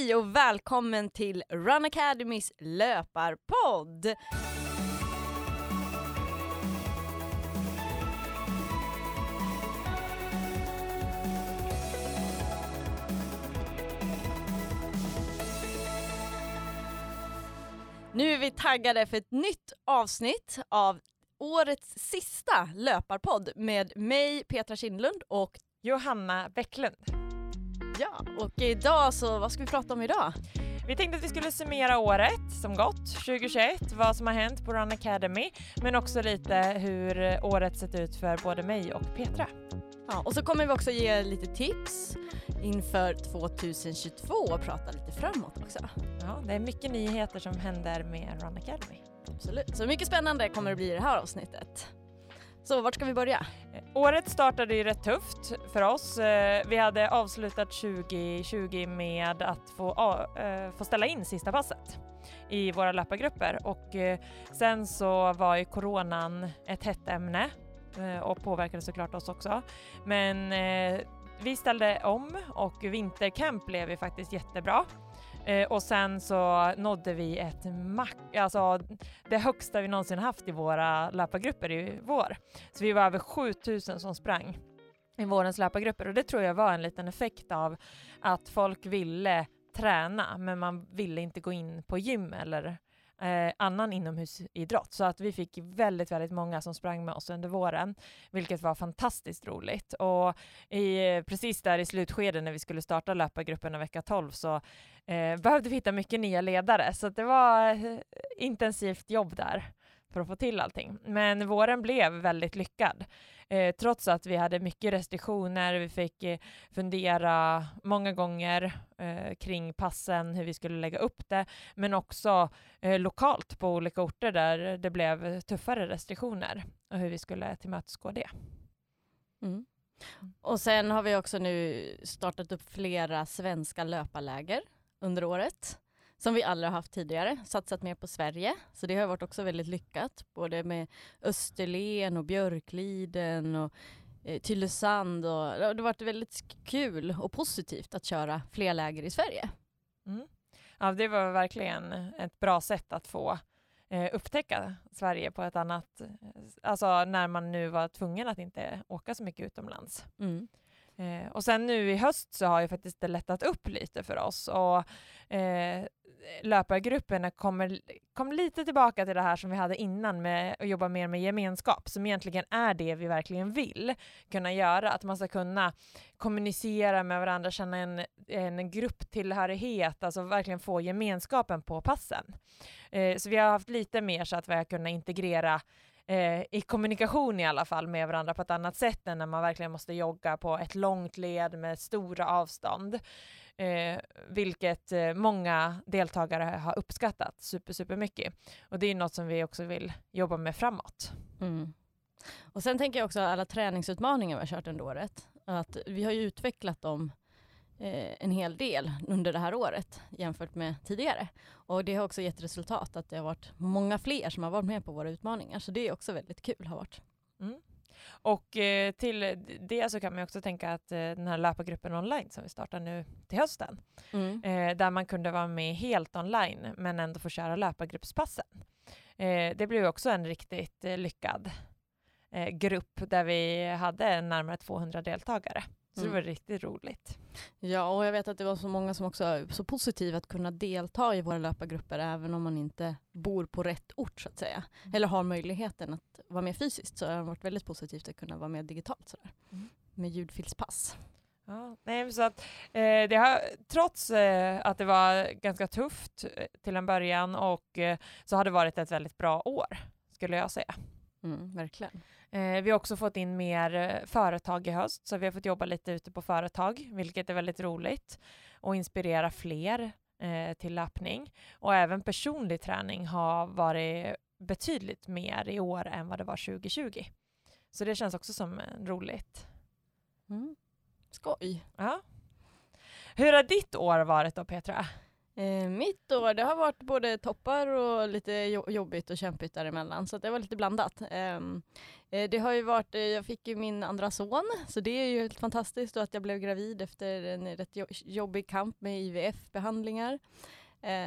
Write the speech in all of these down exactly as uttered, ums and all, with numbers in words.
Hej och välkommen till Run Academys löparpodd! Nu är vi taggade för ett nytt avsnitt av årets sista löparpodd med mig, Petra Kindlund och Johanna Bäcklund. Ja, och idag så, vad ska vi prata om idag? Vi tänkte att vi skulle summera året som gått, tjugohundratjugoett, vad som har hänt på Run Academy, men också lite hur året sett ut för både mig och Petra. Ja, och så kommer vi också ge lite tips inför tjugohundratjugotvå och prata lite framåt också. Ja, det är mycket nyheter som händer med Run Academy. Absolut, så mycket spännande kommer det bli i det här avsnittet. Så vart ska vi börja? Året startade ju rätt tufft för oss. Vi hade avslutat tjugohundratjugo med att få, få ställa in sista passet i våra löpargrupper. Och sen så var ju coronan ett hett ämne och påverkade såklart oss också. Men vi ställde om och vintercamp blev ju faktiskt jättebra. Eh, och sen så nådde vi ett max, alltså det högsta vi någonsin haft i våra löpargrupper i vår. Så vi var över sjutusen som sprang i vårens löpargrupper, och det tror jag var en liten effekt av att folk ville träna men man ville inte gå in på gym eller eh, annan inomhusidrott. Så att vi fick väldigt, väldigt många som sprang med oss under våren, vilket var fantastiskt roligt. Och i, precis där i slutskedet när vi skulle starta löpargrupperna vecka tolv så eh, behövde vi hitta mycket nya ledare. Så det var eh, intensivt jobb där för att få till allting. Men våren blev väldigt lyckad. Eh, trots att vi hade mycket restriktioner, vi fick eh, fundera många gånger eh, kring passen, hur vi skulle lägga upp det. Men också eh, lokalt på olika orter där det blev tuffare restriktioner och hur vi skulle tillmötesgå det. Mm. Och sen har vi också nu startat upp flera svenska löparläger under året. Som vi aldrig har haft tidigare, satsat mer på Sverige. Så det har varit också väldigt lyckat. Både med Österlen och Björkliden och eh, Tylösand. Och, det har varit väldigt kul och positivt att köra fler läger i Sverige. Mm. Ja, det var verkligen ett bra sätt att få eh, upptäcka Sverige på ett annat... Alltså när man nu var tvungen att inte åka så mycket utomlands. Mm. Eh, och sen nu i höst så har ju faktiskt det lättat upp lite för oss. Och eh, löpargrupperna kommer kom lite tillbaka till det här som vi hade innan med att jobba mer med gemenskap, som egentligen är det vi verkligen vill kunna göra. Att man ska kunna kommunicera med varandra, känna en, en grupptillhörighet, alltså verkligen få gemenskapen på passen. Eh, så vi har haft lite mer så att vi har kunnat integrera Eh, i kommunikation i alla fall med varandra på ett annat sätt än när man verkligen måste jogga på ett långt led med stora avstånd. Eh, vilket eh, många deltagare har uppskattat super, super mycket. Och det är något som vi också vill jobba med framåt. Mm. Och sen tänker jag också alla träningsutmaningar vi har kört under året. Att vi har ju utvecklat dem eh, en hel del under det här året jämfört med tidigare. Och det har också gett resultat att det har varit många fler som har varit med på våra utmaningar. Så det är också väldigt kul har varit. Mm. Och eh, till det så kan man också tänka att eh, den här löpargruppen online som vi startar nu till hösten. Mm. Eh, där man kunde vara med helt online men ändå få köra löpargruppspassen. Eh, det blev också en riktigt eh, lyckad eh, grupp där vi hade närmare tvåhundra deltagare. Så mm. det var riktigt roligt. Ja, och jag vet att det var så många som också är så positiva att kunna delta i våra löpargrupper även om man inte bor på rätt ort så att säga. Mm. Eller har möjligheten att vara med fysiskt, så har det varit väldigt positivt att kunna vara med digitalt sådär. Mm. Med ljudfilspass. Ja, nej, så att, eh, det har, trots eh, att det var ganska tufft eh, till en början och eh, så har det varit ett väldigt bra år skulle jag säga. Mm, verkligen. Eh, vi har också fått in mer eh, företag i höst, så vi har fått jobba lite ute på företag, vilket är väldigt roligt, och inspirera fler eh, till löpning. Och även personlig träning har varit betydligt mer i år än vad det var tjugohundratjugo. Så det känns också som eh, roligt. Mm. Skoj. Ja. Hur har ditt år varit då, Petra? Eh, mitt år, det har varit både toppar och lite jo- jobbigt och kämpigt däremellan. Så det var lite blandat. Eh, eh, det har ju varit, eh, jag fick ju min andra son. Så det är ju helt fantastiskt. Och att jag blev gravid efter en rätt jo- jobbig kamp med I V F-behandlingar. Eh,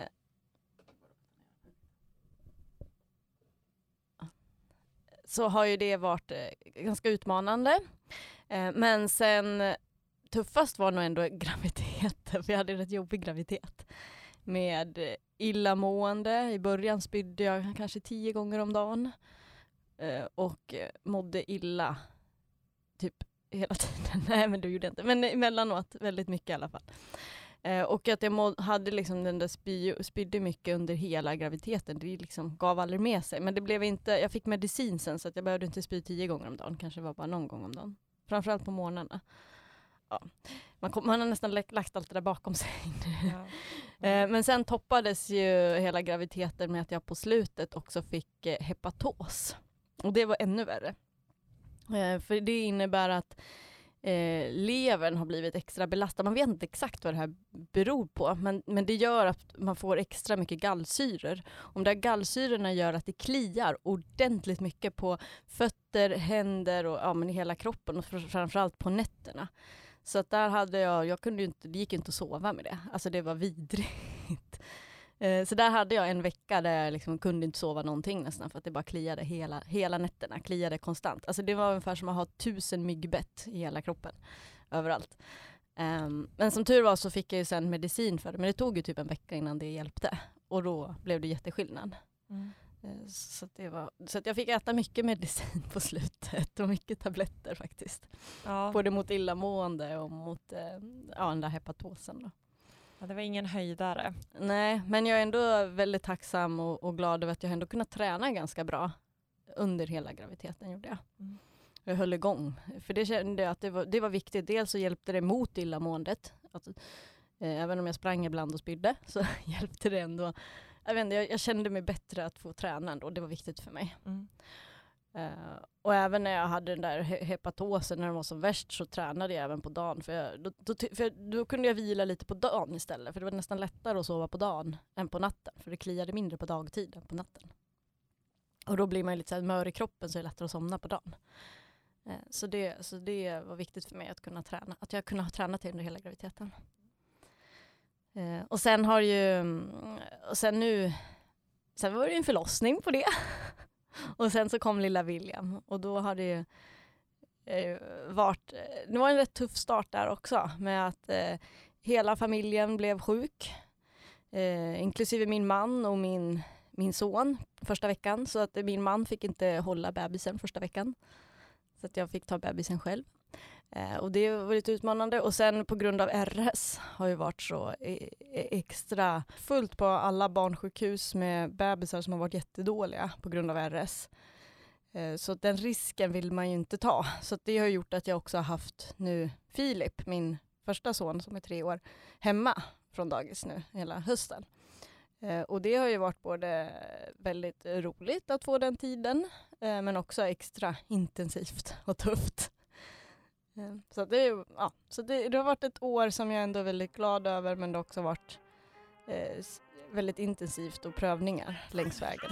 så har ju det varit eh, ganska utmanande. Eh, men sen tuffast var nog ändå graviditeten. För jag hade en rätt jobbig graviditet. Med eh, illamående. I början spydde jag kanske tio gånger om dagen. Eh, och eh, mådde illa. Typ hela tiden. Nej, men det gjorde jag inte. Men emellanåt väldigt mycket i alla fall. Eh, och att jag må- hade liksom den där spy- spydde mycket under hela graviditeten. Det liksom gav aldrig med sig. Men det blev inte, jag fick medicin sen så att jag behövde inte spy tio gånger om dagen. Kanske var bara någon gång om dagen. Framförallt på morgnarna. Ja. Man, kom, man har nästan lagt, lagt allt det där bakom sig. Ja. eh, men sen toppades ju hela graviditeten med att jag på slutet också fick eh, hepatos. Och det var ännu värre. Eh, för det innebär att Eh, levern har blivit extra belastad. Man vet inte exakt vad det här beror på. Men, men det gör att man får extra mycket gallsyror. Om de här gallsyrorna gör att det kliar ordentligt mycket på fötter, händer och ja, men i hela kroppen. Och framförallt på nätterna. Så att där hade jag, jag kunde ju inte, det gick inte att sova med det. Alltså det var vidrigt. Eh, så där hade jag en vecka där jag liksom kunde inte sova någonting nästan. För att det bara kliade hela, hela nätterna. Kliade konstant. Alltså det var ungefär som att ha tusen myggbett i hela kroppen. Överallt. Um, men som tur var så fick jag ju sen medicin för det. Men det tog ju typ en vecka innan det hjälpte. Och då blev det jätteskillnad. Mm. Uh, så att det var, så att jag fick äta mycket medicin på slutet. Och mycket tabletter faktiskt. Ja. Både mot illamående och mot uh, ja, den där hepatosen då. Ja, det var ingen höjdare. Nej, men jag är ändå väldigt tacksam och, och glad över att jag ändå kunnat träna ganska bra under hela graviditeten gjorde jag. Mm. Jag höll igång. För det kände jag att det var, det var viktigt. Dels så hjälpte det mot illamåendet. Att, eh, även om jag sprang ibland och spydde så hjälpte det ändå. Jag, vet inte, jag, jag kände mig bättre att få träna ändå. Det var viktigt för mig. Mm. Uh, och även när jag hade den där he- hepatosen när den var som värst så tränade jag även på dagen. För, jag, då, då, för då kunde jag vila lite på dagen istället. För det var nästan lättare att sova på dagen än på natten. För det kliade mindre på dagtid än på natten. Och då blir man lite så här mör i kroppen så är det lättare att somna på dagen. Uh, så, det, så det var viktigt för mig att kunna träna. Att jag kunde ha tränat under hela graviditeten. Uh, och sen har ju... Och sen nu... Sen var det en förlossning på det. Och sen så kom lilla William och då har det ju eh, varit, det var en rätt tuff start där också med att eh, hela familjen blev sjuk. Eh, inklusive min man och min, min son första veckan. Så att min man fick inte hålla bebisen första veckan. Så att jag fick ta bebisen själv. Eh, och det var lite utmanande. Och sen på grund av R S har ju varit så e- extra fullt på alla barnsjukhus med bebisar som har varit jättedåliga på grund av R S. Eh, så den risken vill man ju inte ta. Så det har gjort att jag också har haft nu Filip, min första son som är tre år, hemma från dagis nu hela hösten. Eh, och det har ju varit både väldigt roligt att få den tiden eh, men också extra intensivt och tufft. Så, det, ja, så det, det har varit ett år som jag ändå är väldigt glad över men det har också varit eh, väldigt intensivt och prövningar längs vägen.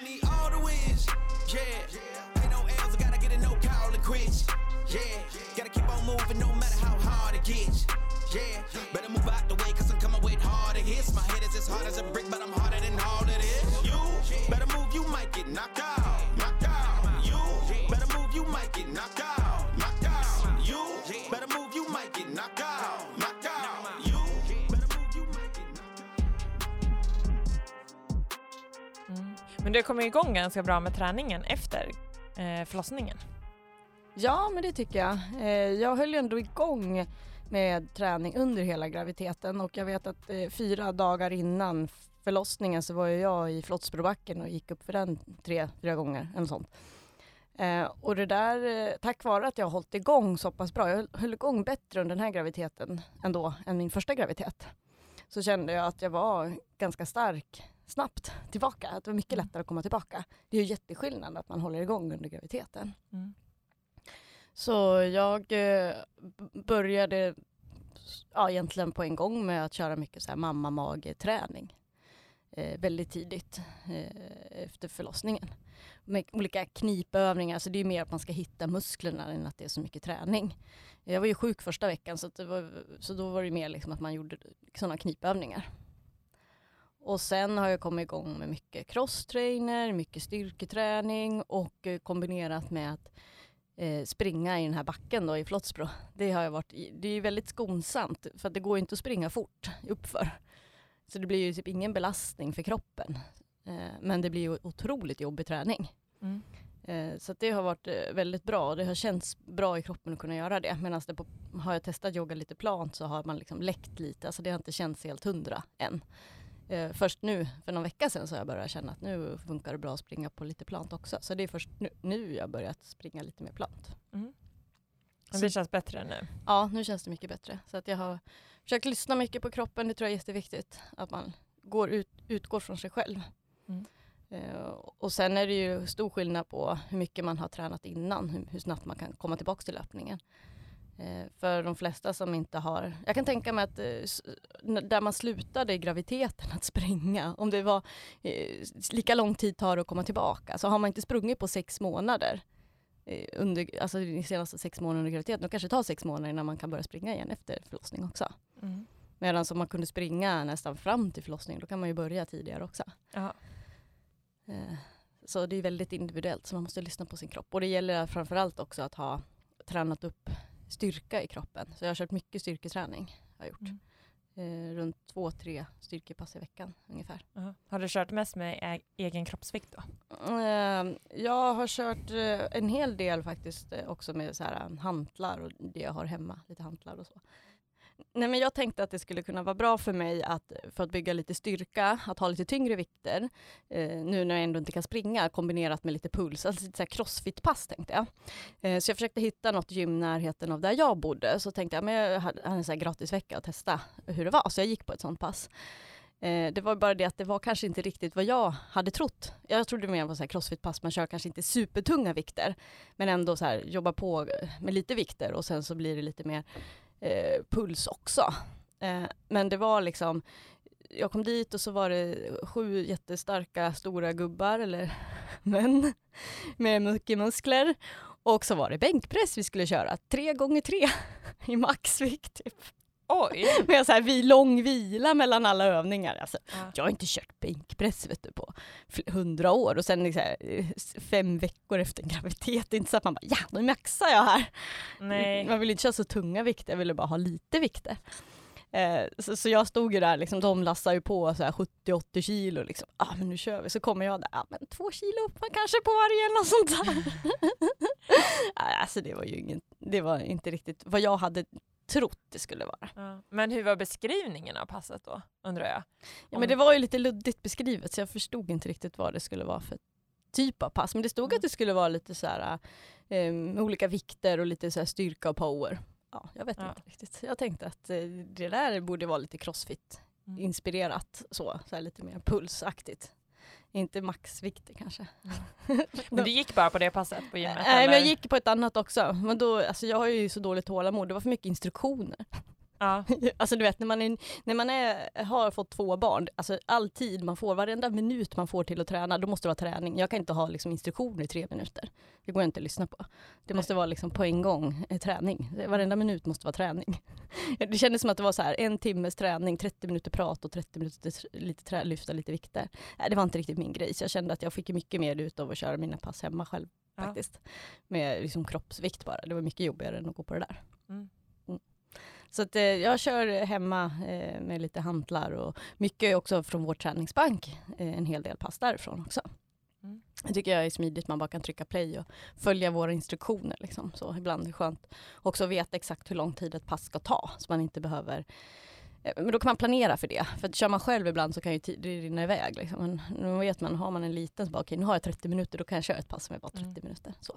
Men du kommer igång ganska bra med träningen efter eh, förlossningen. Ja, men det tycker jag. Eh, jag höll ju ändå igång med träning under hela graviditeten och jag vet att eh, fyra dagar innan förlossningen så var jag i Flottsbrobacken och gick upp för den tre, fyra gånger eller sånt. Eh, och det där, eh, tack vare att jag har hållit igång så pass bra, jag höll, höll igång bättre under den här graviditeten ändå än min första graviditet. Så kände jag att jag var ganska stark snabbt tillbaka. Att det var mycket lättare att komma tillbaka. Det är ju jätteskillnad att man håller igång under graviditeten. Mm. Så jag eh, började ja, egentligen på en gång med att köra mycket så här mamma-mage-träning. Eh, väldigt tidigt eh, efter förlossningen. Med olika knipövningar, så det är mer att man ska hitta musklerna än att det är så mycket träning. Jag var ju sjuk första veckan så, att det var, så då var det mer liksom att man gjorde sådana knipövningar. Och sen har jag kommit igång med mycket crosstrainer, mycket styrketräning och eh, kombinerat med att eh, springa i den här backen då i Flottsbro. Det har jag varit, det är väldigt skonsamt för att det går inte att springa fort uppför. Så det blir ju typ ingen belastning för kroppen. Eh, men det blir ju otroligt jobbig träning. Mm. Eh, så att det har varit eh, väldigt bra. Det har känts bra i kroppen att kunna göra det. Medan det på, har jag testat jogga lite plant så har man liksom läckt lite. Alltså det har inte känts helt hundra än. Eh, först nu, för någon vecka sedan, så har jag börjat känna att nu funkar det bra att springa på lite plant också. Så det är först nu, nu jag har börjat springa lite mer plant. Mm. Men det känns bättre nu? Ja, nu känns det mycket bättre. Så att jag har försökt lyssna mycket på kroppen. Det tror jag är jätteviktigt. Att man går ut, utgår från sig själv. Mm. Uh, och sen är det ju stor skillnad på hur mycket man har tränat innan. Hur, hur snabbt man kan komma tillbaka till löpningen. Uh, för de flesta som inte har... Jag kan tänka mig att uh, där man slutade i graviditeten att springa. Om det var uh, lika lång tid tar det att komma tillbaka. Så har man inte sprungit på sex månader. Under, alltså de senaste sex månaderna under graviditeten. Och kanske tar sex månader innan man kan börja springa igen efter förlossning också. Mm. Medan som man kunde springa nästan fram till förlossning, då kan man ju börja tidigare också. Ja. Eh, så det är väldigt individuellt, så man måste lyssna på sin kropp. Och det gäller framförallt också att ha tränat upp styrka i kroppen. Så jag har kört mycket styrketräning. Har jag gjort. Mm. Eh, runt två, tre styrkepass i veckan ungefär. Uh-huh. Har du kört mest med ä- egen kroppsvikt då? Eh, jag har kört eh, en hel del faktiskt eh, också med så här hantlar och det jag har hemma, lite hantlar och så. Nej, men jag tänkte att det skulle kunna vara bra för mig att, för att bygga lite styrka, att ha lite tyngre vikter. Eh, nu när jag ändå inte kan springa, kombinerat med lite puls. Alltså lite så här crossfit-pass tänkte jag. Eh, så jag försökte hitta något gym i närheten av där jag bodde. Så tänkte jag, men jag hade en så här gratis vecka att testa hur det var. Så jag gick på ett sånt pass. Eh, det var bara det att det var kanske inte riktigt vad jag hade trott. Jag trodde mer på så här crossfit-pass. Man kör kanske inte supertunga vikter. Men ändå så här, jobba på med lite vikter. Och sen så blir det lite mer... Eh, puls också. Eh, men det var liksom, jag kom dit och så var det sju jättestarka stora gubbar eller män med mycket muskler. Och så var det bänkpress vi skulle köra. Tre gånger tre i maxvikt typ. Oj! Med så här vi, lång vila mellan alla övningar. Alltså, Ja. jag har inte kört bänkpress vet du, på hundra år. Och sen liksom, fem veckor efter en graviditet. Det är inte så att man bara, ja nu maxar jag här. Nej. Man vill inte köra så tunga vikter, jag ville bara ha lite vikter. Eh, så, så jag stod ju där, liksom, de lassade ju på så här sjuttio till åttio kilo. Liksom. Ah, men nu kör vi. Så kommer jag där, ah, men två kilo upp kanske på varje eller något sånt där. Alltså det var ju ingen, det var inte riktigt vad jag hade trott det skulle vara. Ja. Men hur var beskrivningen av passet då, undrar jag? Ja, men det var ju lite luddigt beskrivet så jag förstod inte riktigt vad det skulle vara för typ av pass. Men det stod Mm. att det skulle vara lite så här eh, med olika vikter och lite så här styrka och power. Ja, jag vet Ja. inte riktigt. Jag tänkte att eh, det där borde vara lite crossfit Mm. inspirerat så, så här lite mer pulsaktigt. Inte maxvikter kanske. Men du gick bara på det passet på gymmet? Nej, men eller? jag gick på ett annat också. Men då, alltså jag har ju så dåligt tålamod. Det var för mycket instruktioner. Ja. Alltså du vet, när man, är, när man är, har fått två barn, alltså all tid man får, varenda minut man får till att träna, då måste det vara träning. Jag kan inte ha liksom, instruktioner i tre minuter. Det går inte att lyssna på. Det måste vara liksom, på en gång eh, träning. Varenda minut måste vara träning. Det kändes som att det var så här, en timmes träning, trettio minuter prat och trettio minuter lite trä, lyfta lite vikter. Nej, det var inte riktigt min grej. Så jag kände att jag fick mycket mer ut av att köra mina pass hemma själv. Ja. Faktiskt. Med liksom, kroppsvikt bara. Det var mycket jobbigare än att gå på det där. Mm. Så att, eh, jag kör hemma eh, med lite hantlar och mycket också från vår träningsbank. Eh, en hel del pass därifrån också. Mm. Det tycker jag är smidigt. Man bara kan trycka play och följa våra instruktioner. Liksom. Så ibland är det skönt också att veta exakt hur lång tid ett pass ska ta. Så man inte behöver... Eh, men då kan man planera för det. För att kör man själv ibland så kan ju tid rinna iväg. Liksom. Men nu vet man, har man en liten så bara, okej, nu har jag trettio minuter. Då kan jag köra ett pass som är bara trettio Mm. minuter. Så.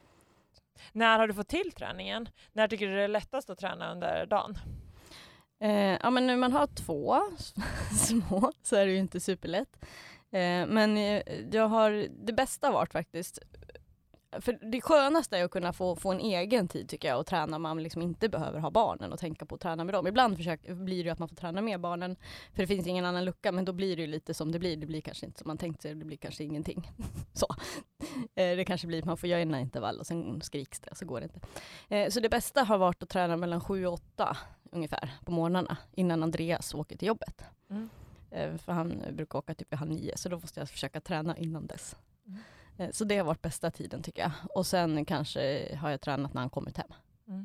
När har du fått till träningen? När tycker du det är lättast att träna under dagen? Eh, ja, men när man har två små så är det ju inte superlätt. Eh, men eh, jag har, det bästa har varit faktiskt för det skönaste är att kunna få, få en egen tid tycker jag och träna. Man liksom inte behöver ha barnen och tänka på att träna med dem. Ibland försöker, blir det att man får träna med barnen för det finns ingen annan lucka, men då blir det ju lite som det blir. Det blir kanske inte som man tänkt sig, det blir kanske ingenting. Så. Det kanske blir att man får göra en intervall och sen skriks det så går det inte. Så det bästa har varit att träna mellan sju och åtta ungefär på morgnarna innan Andreas åker till jobbet. Mm. För han brukar åka typ vid halv nio så då måste jag försöka träna innan dess. Mm. Så det har varit bästa tiden tycker jag. Och sen kanske har jag tränat när han kommit hem. Mm.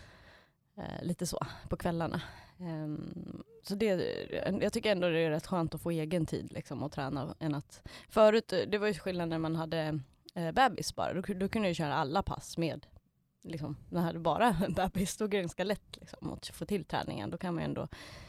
Lite så på kvällarna. Så det, jag tycker ändå det är rätt skönt att få egen tid liksom, och träna. Än att, förut, det var ju skillnad när man hade bebis bara. Då, då kunde jag köra alla pass med liksom, när jag hade bara bebis. Då är det ganska lätt liksom, att få till träningen. Då kan man ändå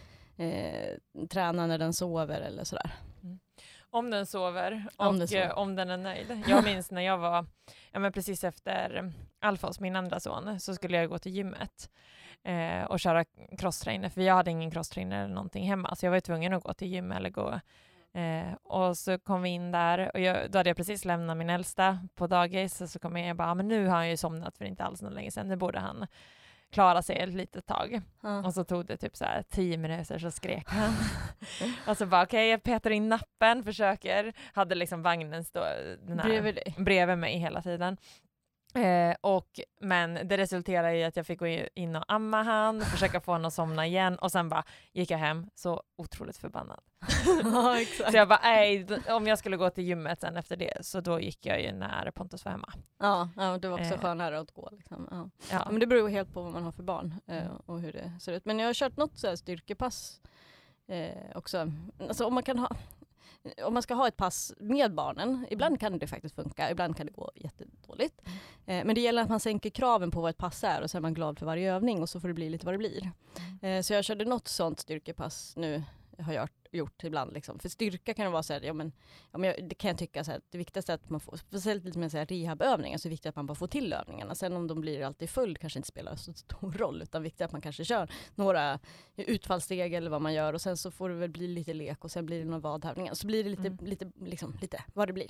eh, träna när den sover eller sådär. Mm. Om den sover och om, sover. om den är nöjd. Jag minns när jag var ja, men precis efter Alfons, min andra son, så skulle jag gå till gymmet eh, och köra crosstrainer. För jag hade ingen crosstrainer eller någonting hemma. Så jag var tvungen att gå till gym eller gå. Eh, och så kom vi in där och jag, då hade jag precis lämnat min äldsta på dagis. Och så kom jag och bara, men nu har han ju somnat för inte alls någon länge sedan. Nu borde han klara sig ett litet tag. Mm. Och så tog det typ så här tio minuter så skrek han. Och så bara okej, okay, jag petar in nappen, försöker. Hade liksom vagnen stå den här, bredvid, bredvid mig hela tiden. Eh, och, men det resulterade i att jag fick gå in och amma han, försöka få honom att somna igen och sen bara gick jag hem så otroligt förbannad. Ja, exakt. Så jag bara, nej, om jag skulle gå till gymmet sen efter det så då gick jag ju när Pontus var hemma. Ja, ja det var också eh. skönare att gå. Liksom. Ja. Ja. Men det beror helt på vad man har för barn eh, och hur det ser ut. Men jag har kört något så här styrkepass eh, också. Alltså om man kan ha... Om man ska ha ett pass med barnen, ibland kan det faktiskt funka, ibland kan det gå jättedåligt. Mm. Eh, men det gäller att man sänker kraven på vad ett pass är och så är man glad för varje övning och så får det bli lite vad det blir. Mm. Eh, så jag körde något sånt styrkepass nu, har jag gjort ibland. Liksom. För styrka kan det vara så här, ja men, ja, men jag, det kan jag tycka så här, det viktigaste är att man får, speciellt lite med så här rehabövningar, så är det viktigt att man bara får till övningarna. Sen om de blir alltid full kanske inte spelar så stor roll, utan viktigt att man kanske kör några utfallssteg eller vad man gör och sen så får det väl bli lite lek och sen blir det några vadövningar. Så blir det lite, mm. lite, liksom, lite vad det blir.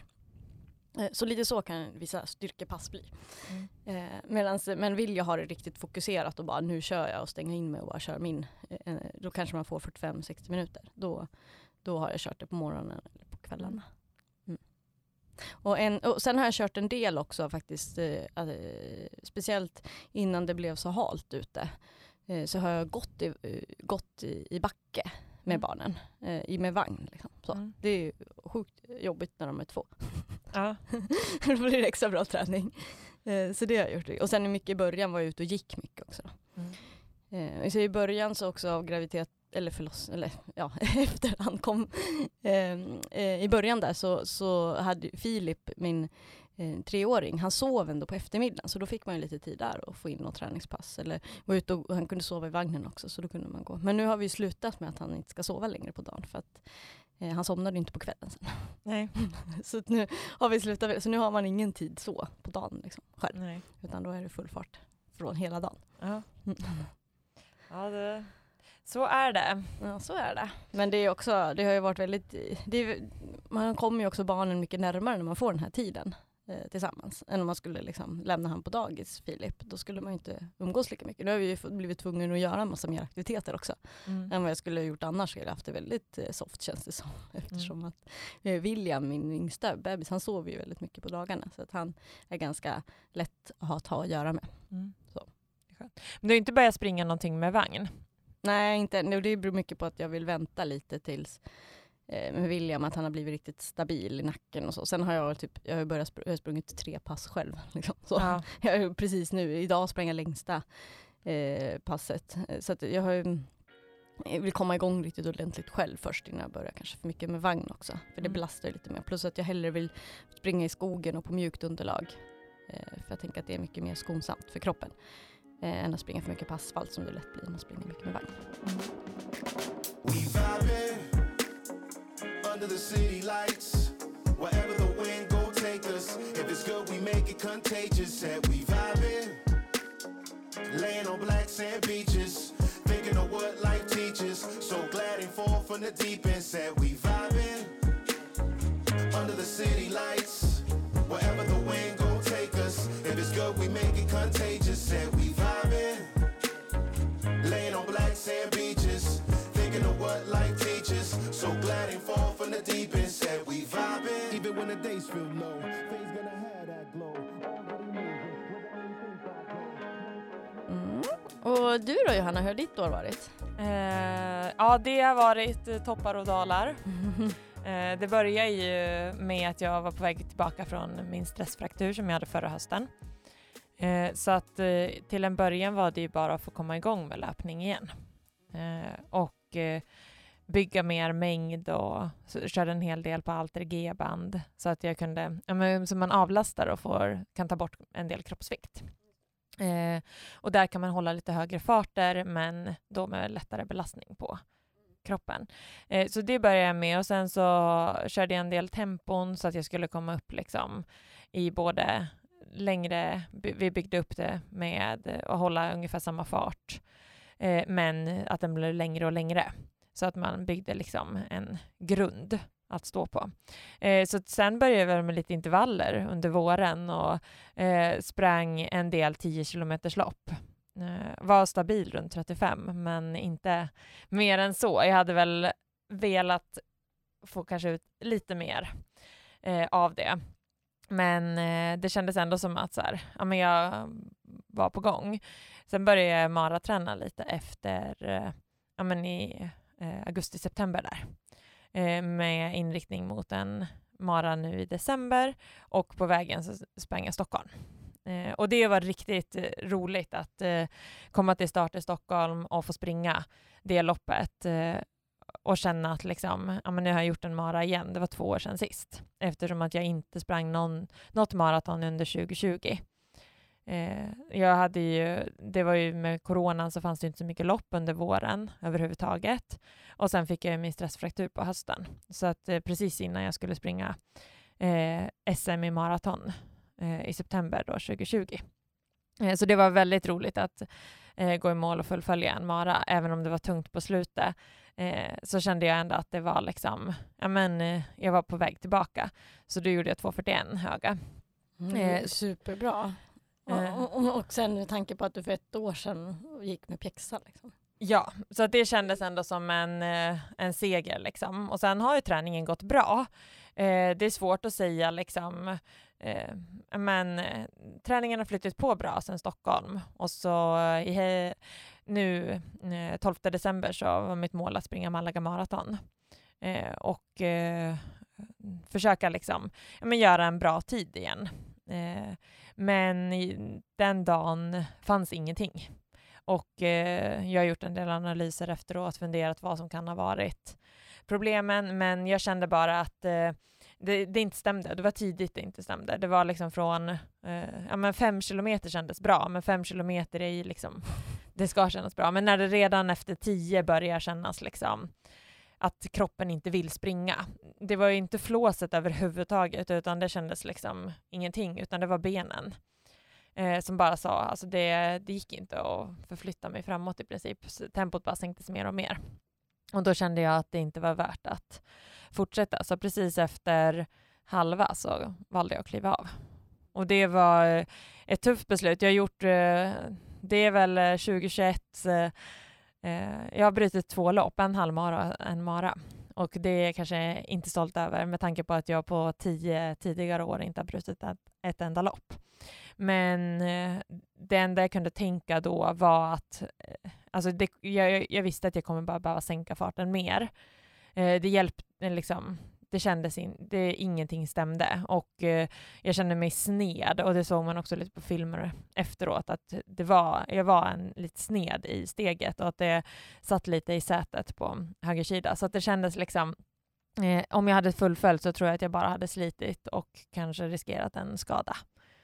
Så lite så kan vissa styrkepass bli. Mm. Eh, medans, men vill jag ha det riktigt fokuserat och bara nu kör jag och stänga in mig och bara kör min, eh, då kanske man får fyrtiofem till sextio minuter. Då, då har jag kört det på morgonen eller på kvällarna. Mm. Och, en, och sen har jag kört en del också faktiskt, eh, eh, speciellt innan det blev så halt ute. Eh, så har jag gått i, gått i, i backe med barnen, eh, med vagn. Liksom. Så. Mm. Det är sjukt jobbigt när de är två. Ja. Då blir det extra bra träning. Eh, så det har jag gjort. Och sen mycket i början var jag ute och gick mycket också. Mm. Eh, så i början så också av graviditet, eller förloss, eller ja, efter han kom. Eh, eh, I början där så, så hade Filip, min eh, treåring, han sov ändå på eftermiddagen. Så då fick man ju lite tid där och få in något träningspass. Eller gå ut och, och han kunde sova i vagnen också, så då kunde man gå. Men nu har vi slutat med att han inte ska sova längre på dagen för att Eh, han somnade inte på kvällen sen. Nej. Så nu har vi slutat. Så nu har man ingen tid så på dagen liksom, själv. Nej. Utan då är det full fart från hela dagen. Ja, mm. Ja det, så är det. Ja, så är det. Men det är också, det har ju varit väldigt, det är, man kommer ju också barnen mycket närmare när man får den här tiden eh, tillsammans. Än om man skulle liksom lämna han på dagis, Filip. Då skulle man ju inte umgås lika mycket. Nu har vi ju blivit tvungna att göra en massa mer aktiviteter också. Mm. Än vad jag skulle ha gjort annars. Jag hade haft det väldigt eh, soft känns det som. Eftersom mm. att eh, William, min yngsta bebis, han sover ju väldigt mycket på dagarna. Så att han är ganska lätt att ha, ta att göra med. Mm. Så. Men du har inte börjat springa någonting med vagn? Nej, inte. Det beror mycket på att jag vill vänta lite tills med William, att han har blivit riktigt stabil i nacken och så. Sen har jag typ, jag har börjat spr- jag har sprungit tre pass själv. Liksom. Så ja. Jag har precis nu, idag sprang jag längsta eh, passet. Så att jag, har, jag vill komma igång riktigt ordentligt själv först innan jag börjar kanske för mycket med vagn också. För det belastar lite mer. Plus att jag hellre vill springa i skogen och på mjukt underlag. Eh, för jag tänker att det är mycket mer skonsamt för kroppen. Eh, än att springa för mycket på asfalt som det lätt blir när man springer mycket med vagn. Mm. Under the city lights, wherever the wind go take us. If it's good, we make it contagious. And we vibing, laying on black sand beaches, thinking of what life teaches. So glad and fall from the deep end. Said we vibing, under the city lights, wherever the wind go take us. good, we make it contagious. Said we vibing, laying on black sand beaches, thinking of what life teaches. So glad ain't fall from the deep end. Said we vibing, even when the days feel low, things gonna have that glow. Mm. Och du då Johanna, hur har ditt år varit? Eh, ja, det har varit eh, toppar och dalar. eh, det började ju med att jag var på väg tillbaka från min stressfraktur som jag hade förra hösten. Eh, så att eh, till en början var det ju bara att få komma igång med löpning igen. Eh, och eh, bygga mer mängd och så, körde en hel del på Alter G-band så att jag kunde, ja, men, så man avlastar och får, kan ta bort en del kroppsvikt. Eh, och där kan man hålla lite högre farter men då med lättare belastning på kroppen. Eh, så det började jag med och sen så körde jag en del tempon så att jag skulle komma upp liksom i både längre, vi byggde upp det med att hålla ungefär samma fart eh, men att den blev längre och längre så att man byggde liksom en grund att stå på. Eh, så sen började jag väl med lite intervaller under våren och eh, sprang en del tio kilometers lopp. Eh, var stabil runt trettiofem men inte mer än så. Jag hade väl velat få kanske ut lite mer eh, av det. Men eh, det kändes ändå som att så här, ja, men jag var på gång. Sen började jag maraträna lite efter eh, ja, men i eh, augusti-september där. Med inriktning mot en mara nu i december och på vägen så sprang jag Stockholm. Eh, och det var riktigt eh, roligt att eh, komma till start i Stockholm och få springa det loppet eh, och känna att liksom, ja, men nu har jag gjort en mara igen. Det var två år sedan sist eftersom att jag inte sprang någon, något maraton under tjugo tjugo. Eh, jag hade ju, det var ju med coronan så fanns det inte så mycket lopp under våren överhuvudtaget. Och sen fick jag min stressfraktur på hösten. Så att eh, precis innan jag skulle springa eh, S M i maraton eh, i september då tjugo tjugo. Eh, så det var väldigt roligt att eh, gå i mål och fullfölja en mara. Även om det var tungt på slutet eh, så kände jag ändå att det var liksom, ja men eh, jag var på väg tillbaka. Så då gjorde jag två fyrtioen höga. Mm, eh, superbra. Och, och, och sen med tanke på att du för ett år sedan gick med pjäxa liksom. Ja, så att det kändes ändå som en, en seger liksom. Och sen har ju träningen gått bra. Eh, det är svårt att säga liksom. Eh, men eh, träningen har flyttat på bra sedan Stockholm. Och så eh, nu eh, tolfte december så var mitt mål att springa Malaga maraton. Eh, och eh, försöka liksom, ja, men göra en bra tid igen. Eh, men den dagen fanns ingenting. Och eh, jag har gjort en del analyser efteråt, funderat vad som kan ha varit problemen. Men jag kände bara att eh, det, det inte stämde. Det var tidigt det inte stämde. Det var liksom från eh, ja, men fem kilometer kändes bra. Men fem kilometer är liksom, det ska kännas bra. Men när det redan efter tio börjar kännas liksom att kroppen inte vill springa. Det var ju inte flåset överhuvudtaget utan det kändes liksom ingenting utan det var benen eh, som bara sa alltså det, det gick inte att förflytta mig framåt i princip. Så tempot bara sänktes mer och mer. Och då kände jag att det inte var värt att fortsätta. Så precis efter halva så valde jag att kliva av. Och det var ett tufft beslut. Jag har gjort, eh, det är väl tjugo tjugoett eh, jag har brutit två lopp, en halvmara och en mara. Och det är jag kanske inte stolt över med tanke på att jag på tio tidigare år inte har brutit ett, ett enda lopp. Men eh, det enda jag kunde tänka då var att eh, alltså det, jag, jag visste att jag kommer bara behöva sänka farten mer. Eh, det hjälpte liksom. Det kändes in, det, ingenting stämde och eh, jag kände mig sned och det såg man också lite på filmer efteråt att det var, jag var en lite sned i steget och att det satt lite i sätet på höger sida så att det kändes liksom eh, om jag hade fullföljt så tror jag att jag bara hade slitit och kanske riskerat en skada.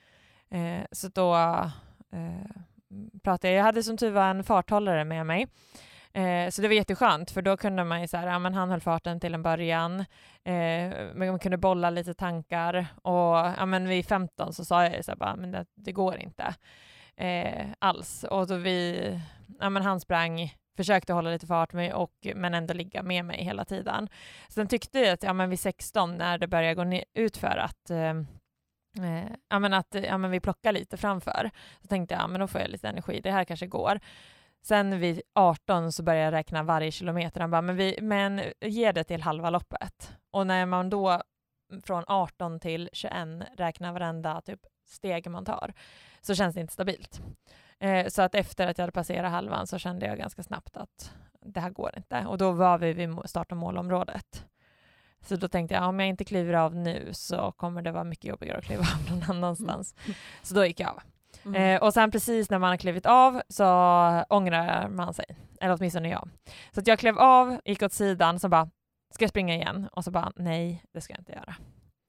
Eh, så då eh, pratade jag, jag hade som tur var en farthållare med mig. Eh, så det var jätteskönt för då kunde man ju så här, ja, men han höll farten till en början eh, men man kunde bolla lite tankar och ja, men vid femton så sa jag så här, bara, men det, det går inte eh, alls och då vi, ja, men han sprang försökte hålla lite fart med och, men ändå ligga med mig hela tiden. Sen tyckte jag att ja, men vid sexton när det började gå ut för att eh, eh, ja, men att ja, men vi plockar lite framför. Så tänkte jag, ja, men då får jag lite energi, det här kanske går. Sen vid arton så började jag räkna varje kilometer. Han bara, men, vi, men ge det till halva loppet. Och när man då från arton till tjugoett räknar varenda typ steg man tar, så känns det inte stabilt. Eh, så att efter att jag hade passerat halvan så kände jag ganska snabbt att det här går inte. Och då var vi vid start- och målområdet. Så då tänkte jag, om jag inte kliver av nu så kommer det vara mycket jobbigare att kliva av någon annanstans. Mm. Så då gick jag av. Mm. Eh, och sen precis när man har klivit av så ångrar man sig. Eller åtminstone jag. Så att jag klev av, gick åt sidan, så bara, ska jag springa igen? Och så bara, nej, det ska jag inte göra.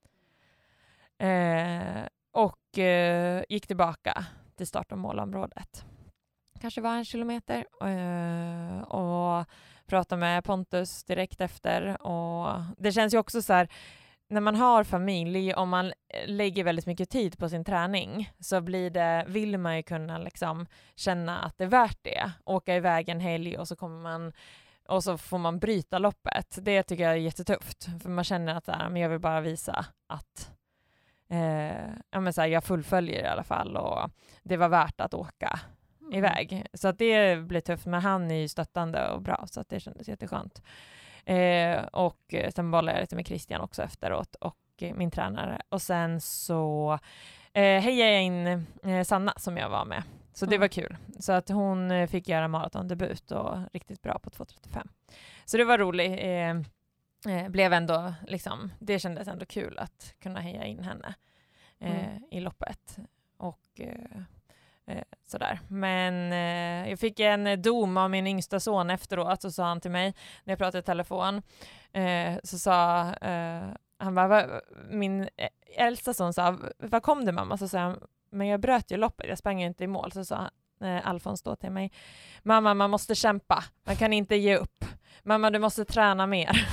Eh, och eh, gick tillbaka till start- och målområdet. Kanske var en kilometer. Eh, och pratade med Pontus direkt efter. Och det känns ju också så här, när man har familj, om man lägger väldigt mycket tid på sin träning, så blir det, vill man ju kunna liksom känna att det är värt det. Åka iväg en helg och så kommer man och så får man bryta loppet. Det tycker jag är jättetufft. För man känner att så här, men jag vill bara visa att eh, ja, men så här, jag fullföljer i alla fall. Och det var värt att åka mm. iväg. Så att det blir tufft. Men han är ju stöttande och bra. Så att det kändes jätteskönt. Eh, och sen bollade jag lite med Christian också efteråt. Och eh, min tränare. Och sen så eh, hejade jag in eh, Sanna som jag var med. Så det var kul. Så att hon fick göra maratondebut och riktigt bra på två trettiofem. Så det var roligt. Eh, eh, blev ändå liksom, det kändes ändå kul att kunna heja in henne eh, mm. i loppet. Och eh, eh, sådär. Men eh, jag fick en dom av min yngsta son efteråt. Så sa han till mig när jag pratade i telefon. Eh, så sa eh, han bara, min äldsta son sa, vad kom det mamma? Så sa han, men jag bröt ju loppet, jag sprang ju inte i mål. Så sa eh, Alfons då till mig, mamma, man måste kämpa, man kan inte ge upp. Mamma, du måste träna mer.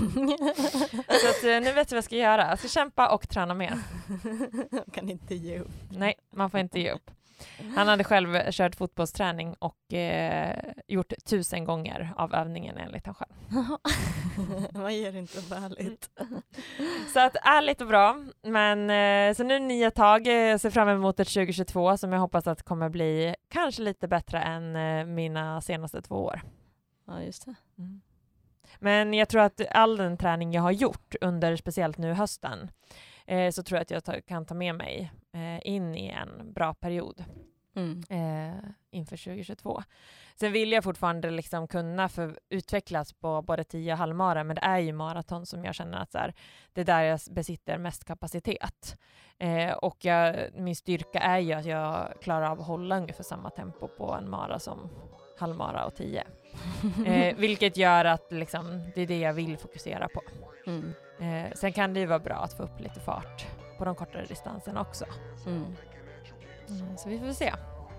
Så att, eh, nu vet du vad jag ska göra. Jag ska kämpa och träna mer. Man kan inte ge upp. Nej, man får inte ge upp. Han hade själv kört fotbollsträning och eh, gjort tusen gånger av övningen enligt han själv. Man ger inte för ärligt. Så att ärligt och bra. Men eh, så nu nya tag. Jag ser fram emot ett tjugo tjugotvå som jag hoppas att kommer bli kanske lite bättre än eh, mina senaste två år. Ja, just det. Mm. Men jag tror att all den träning jag har gjort under speciellt nu hösten eh, så tror jag att jag ta, kan ta med mig eh, in i en bra period mm. eh, inför tjugo tjugotvå. Sen vill jag fortfarande liksom kunna för, utvecklas på både tio och halvmara, men det är ju maraton som jag känner att så här, det är där jag besitter mest kapacitet. Eh, och jag, min styrka är ju att jag klarar av att hålla ungefär samma tempo på en mara som halvmara och tio. Eh, vilket gör att liksom, det är det jag vill fokusera på. Mm. Eh, sen kan det ju vara bra att få upp lite fart på de kortare distanserna också. Mm. Mm, så vi får se.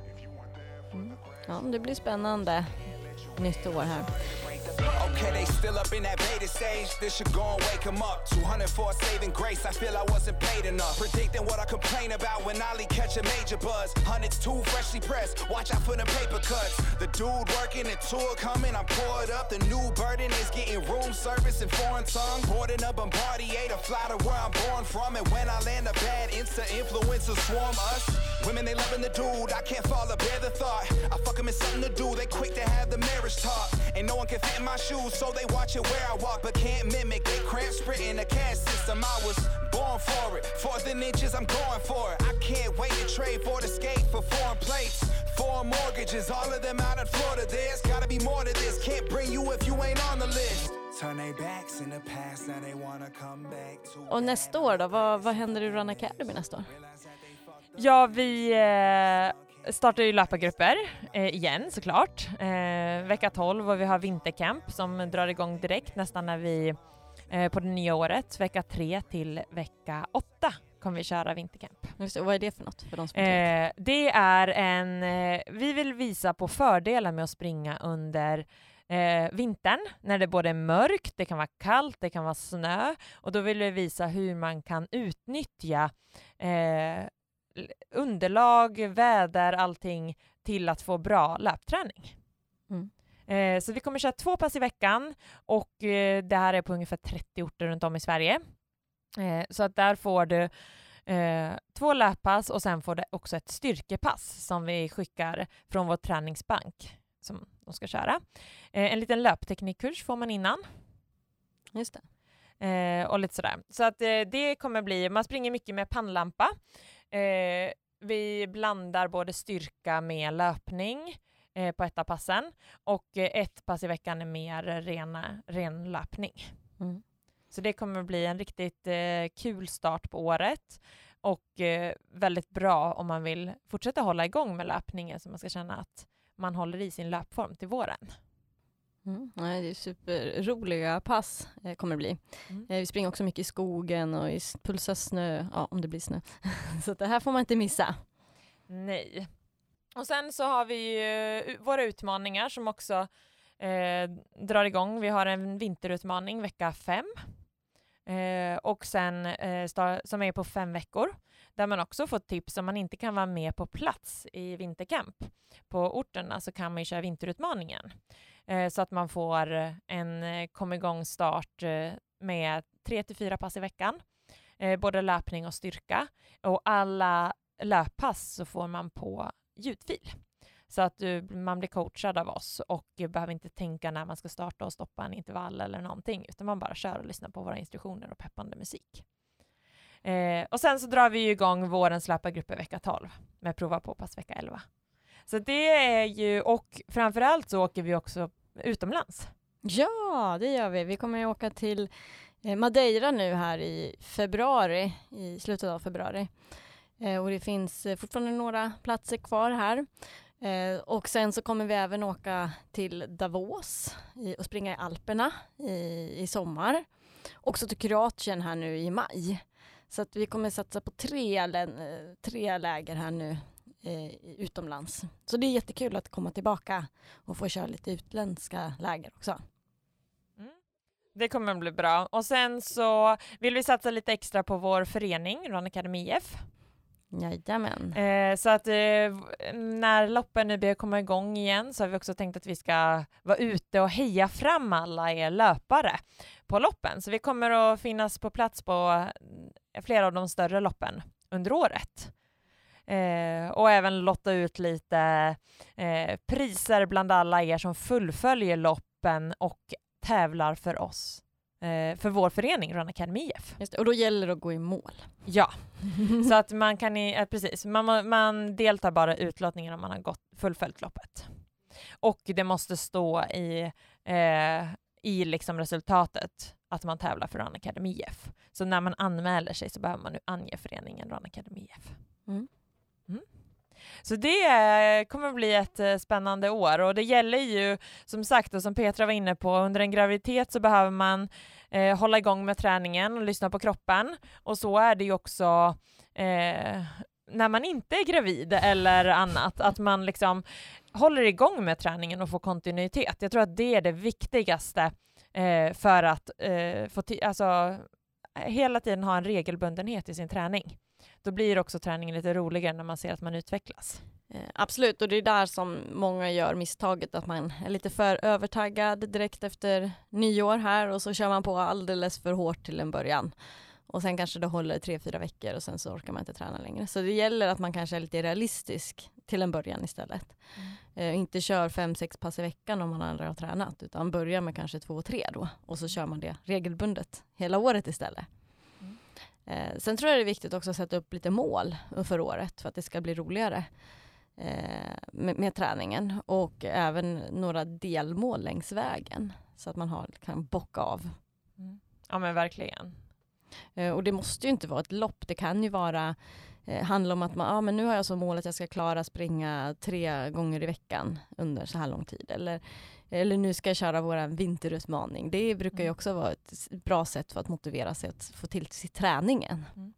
Mm. Ja, det blir spännande nytt år här. Okay, they still up in that beta stage. This should go and wake them up. two hundred for saving grace. I feel I wasn't paid enough. Predicting what I complain about when Ollie catch a major buzz. Hundreds too freshly pressed. Watch out for the paper cuts. The dude working, the tour coming. I'm poured up. The new burden is getting room service in foreign tongue. Boarding up Bombardier to fly to where I'm born from. And when I land a bad insta influencers swarm us. Women, they loving the dude. I can't follow bear the thought. I fuck them in something to do. They quick to have the marriage talk. And no one can fit in my shoes, so they watch it where I walk, but can't mimic. They cramp sprinting the cash system. I was born for it. Fourth and inches, I'm going for it. I can't wait to trade for the skate for foreign plates. Foreign mortgages, all of them out in Florida. There's gotta be more to this. Can't bring you if you ain't on the list. Turn their backs in the past, now they wanna come back to. Och nästa år då? Vad, vad händer i Run Academy nästa år? Ja, vi eh, startar ju löpargrupper eh, igen såklart. Eh, vecka tolv och vi har vintercamp som drar igång direkt nästan när vi eh, på det nya året. Vecka tre till vecka åtta kommer vi köra vintercamp. Just det, och vad är det för något för de som eh, Det är en, eh, vi vill visa på fördelar med att springa under eh, vintern när det både är mörkt, det kan vara kallt, det kan vara snö, och då vill vi visa hur man kan utnyttja eh, underlag, väder, allting till att få bra löpträning. Mm. Eh, så vi kommer köra två pass i veckan och eh, det här är på ungefär trettio orter runt om i Sverige. Eh, så att där får du Eh, två löppass och sen får det också ett styrkepass som vi skickar från vår träningsbank som de ska köra. Eh, en liten löpteknikkurs får man innan. Just det. Eh, och lite sådär. Så att eh, det kommer bli, man springer mycket med pannlampa. Eh, vi blandar både styrka med löpning eh, på ett av passen. Och eh, ett pass i veckan är mer rena, ren löpning. Mm. Så det kommer bli en riktigt eh, kul start på året. Och eh, väldigt bra om man vill fortsätta hålla igång med löpningen så man ska känna att man håller i sin löpform till våren. Mm. Nej, det är superroliga pass eh, kommer det bli. Mm. Eh, vi springer också mycket i skogen och i s- pulsar snö, ja, om det blir snö. Så att det här får man inte missa. Nej. Och sen så har vi ju våra utmaningar som också eh, drar igång. Vi har en vinterutmaning vecka fem. Eh, och sen eh, sta- som är på fem veckor. Där man också får tips om man inte kan vara med på plats i vintercamp. På orterna så kan man ju köra vinterutmaningen. Eh, så att man får en eh, kom igång start eh, med tre till fyra pass i veckan. Eh, både löpning och styrka. Och alla löppass så får man på ljudfil. Så att du, man blir coachad av oss och behöver inte tänka när man ska starta och stoppa en intervall eller någonting. Utan man bara kör och lyssnar på våra instruktioner och peppande musik. Eh, och sen så drar vi ju igång vårens löpargrupper vecka tolv med prova på pass vecka elva. Så det är ju, och framförallt så åker vi också utomlands. Ja, det gör vi. Vi kommer att åka till eh, Madeira nu här i februari, i slutet av februari. Eh, och det finns eh, fortfarande några platser kvar här. Eh, och sen så kommer vi även åka till Davos i, och springa i Alperna i, i sommar. Också till Kroatien här nu i maj. Så att vi kommer satsa på tre, lä- tre läger här nu eh, utomlands. Så det är jättekul att komma tillbaka och få köra lite utländska läger också. Det kommer att bli bra. Och sen så vill vi satsa lite extra på vår förening, Run Academy I F. Jajamän. Eh, så att eh, när loppen nu börjar komma igång igen så har vi också tänkt att vi ska vara ute och heja fram alla er löpare på loppen. Så vi kommer att finnas på plats på flera av de större loppen under året. Eh, och även lotta ut lite eh, priser bland alla er som fullföljer loppen och tävlar för oss. Eh, för vår förening Run Academy I F. Just det. Och då gäller det att gå i mål. Ja, så att man kan i, eh, precis, man, man deltar bara i utlottningen om man har gått fullföljt loppet. Och det måste stå i, eh, i liksom resultatet att man tävlar för Run Academy I F. Så när man anmäler sig så behöver man nu ange föreningen Run Academy I F. Mm. Mm. Så det eh, kommer att bli ett eh, spännande år och det gäller ju som sagt och som Petra var inne på, under en graviditet så behöver man eh, hålla igång med träningen och lyssna på kroppen och så är det ju också eh, när man inte är gravid eller annat, att man liksom håller igång med träningen och får kontinuitet. Jag tror att det är det viktigaste eh, för att eh, få t- alltså, hela tiden ha en regelbundenhet i sin träning. Då blir också träningen lite roligare när man ser att man utvecklas. Eh, absolut, och det är där som många gör misstaget att man är lite för övertaggad direkt efter nyår här och så kör man på alldeles för hårt till en början. Och sen kanske det håller tre, fyra veckor och sen så orkar man inte träna längre. Så det gäller att man kanske är lite realistisk till en början istället. Mm. Eh, inte kör fem, sex pass i veckan om man aldrig har tränat utan börjar med kanske två, tre då. Och så kör man det regelbundet hela året istället. Mm. Eh, sen tror jag det är viktigt också att sätta upp lite mål för året för att det ska bli roligare eh, med, med träningen. Och även några delmål längs vägen så att man har, kan bocka av. Mm. Ja men verkligen. Eh, och det måste ju inte vara ett lopp. Det kan ju vara eh, handla om att man, ah, men nu har jag som mål att jag ska klara springa tre gånger i veckan under så här lång tid. Eller, eller nu ska jag köra vår vinterutmaning. Det brukar ju också vara ett bra sätt för att motivera sig att få till till träningen. Mm.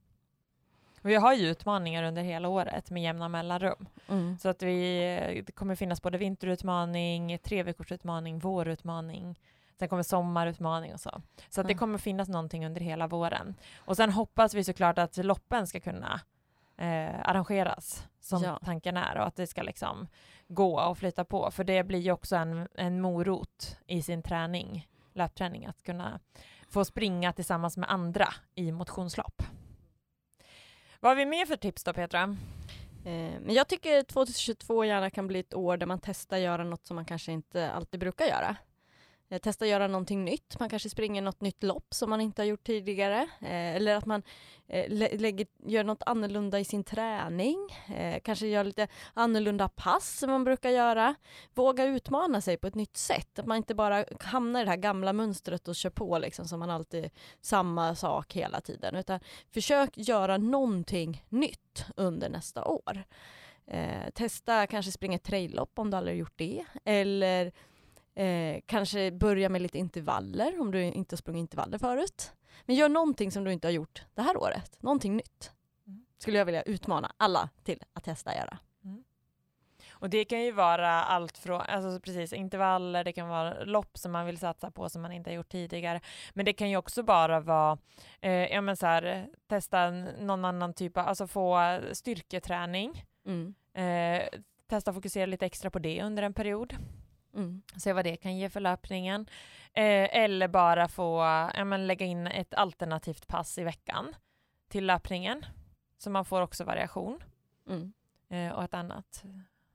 Vi har ju utmaningar under hela året med jämna mellanrum. Mm. Så att vi, det kommer finnas både vinterutmaning, tre veckors utmaning, vårutmaning. Sen kommer sommarutmaning och så. Så att det kommer finnas någonting under hela våren. Och sen hoppas vi såklart att loppen ska kunna eh, arrangeras som ja. tanken är. Och att det ska liksom gå och flyta på. För det blir ju också en, en morot i sin träning, löpträning. Att kunna få springa tillsammans med andra i motionslopp. Vad har vi mer för tips då, Petra? Eh, men jag tycker tjugohundratjugotvå gärna kan bli ett år där man testar göra något som man kanske inte alltid brukar göra. Eh, testa göra någonting nytt. Man kanske springer något nytt lopp som man inte har gjort tidigare. Eh, eller att man eh, lä- lägger, gör något annorlunda i sin träning. Eh, kanske gör lite annorlunda pass som man brukar göra. Våga utmana sig på ett nytt sätt. Att man inte bara hamnar i det här gamla mönstret och kör på liksom, som man alltid samma sak hela tiden. Utan försök göra någonting nytt under nästa år. Eh, testa kanske springa ett traillopp om du aldrig har gjort det. Eller Eh, kanske börja med lite intervaller om du inte har sprungit intervaller förut. Men gör någonting som du inte har gjort det här året. Någonting nytt. Mm. Skulle jag vilja utmana alla till att testa göra. Mm. Och det kan ju vara allt från alltså precis, intervaller, det kan vara lopp som man vill satsa på som man inte har gjort tidigare. Men det kan ju också bara vara eh, ja, men så här, testa någon annan typ av, alltså få styrketräning. Mm. Eh, testa fokusera lite extra på det under en period. Mm. Se vad det kan ge för löpningen. Eh, eller bara få ja, men lägga in ett alternativt pass i veckan till löpningen. Så man får också variation. Mm. Eh, och ett annat,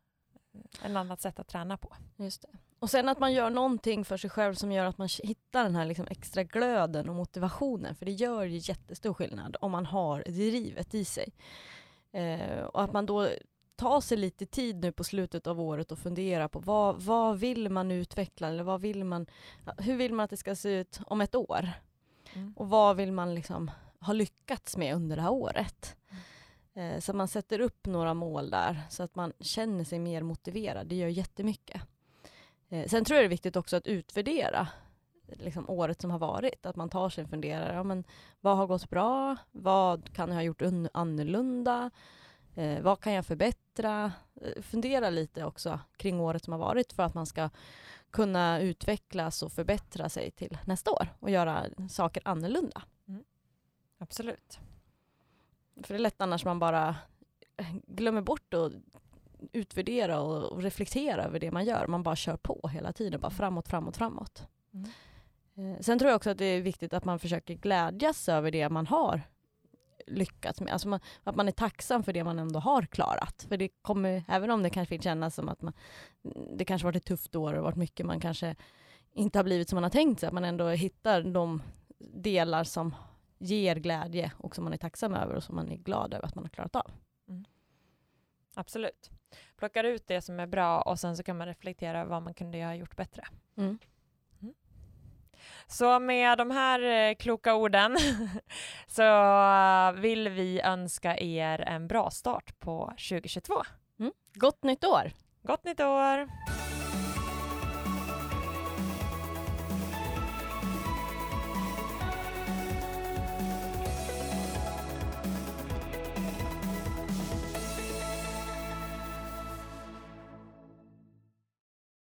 ett annat sätt att träna på. Just det. Och sen att man gör någonting för sig själv som gör att man hittar den här liksom extra glöden och motivationen. För det gör ju jättestor skillnad om man har drivet i sig. Eh, och att man då ta sig lite tid nu på slutet av året och fundera på vad, vad vill man utveckla eller vad vill man, hur vill man att det ska se ut om ett år? Mm. Och vad vill man liksom ha lyckats med under det här året? Mm. Eh, så man sätter upp några mål där så att man känner sig mer motiverad. Det gör jättemycket. Eh, sen tror jag det är viktigt också att utvärdera liksom året som har varit. Att man tar sig en funderare. Ja, men vad har gått bra? Vad kan jag ha gjort un- annorlunda? Eh, vad kan jag förbättra? Eh, fundera lite också kring året som har varit för att man ska kunna utvecklas och förbättra sig till nästa år och göra saker annorlunda. Mm. Absolut. För det är lätt annars man bara glömmer bort att utvärdera och, och reflektera över det man gör. Man bara kör på hela tiden, bara framåt, framåt, framåt. Mm. Eh, sen tror jag också att det är viktigt att man försöker glädjas över det man har lyckats med. Alltså man, att man är tacksam för det man ändå har klarat. För det kommer, även om det kanske kännas som att man, det kanske varit ett tufft år och varit mycket man kanske inte har blivit som man har tänkt sig. Att man ändå hittar de delar som ger glädje och som man är tacksam över och som man är glad över att man har klarat av. Mm. Absolut. Plockar ut det som är bra och sen så kan man reflektera vad man kunde ha gjort bättre. Mm. Så med de här kloka orden så vill vi önska er en bra start på tjugohundratjugotvå. Mm. Gott nytt år! Gott nytt år!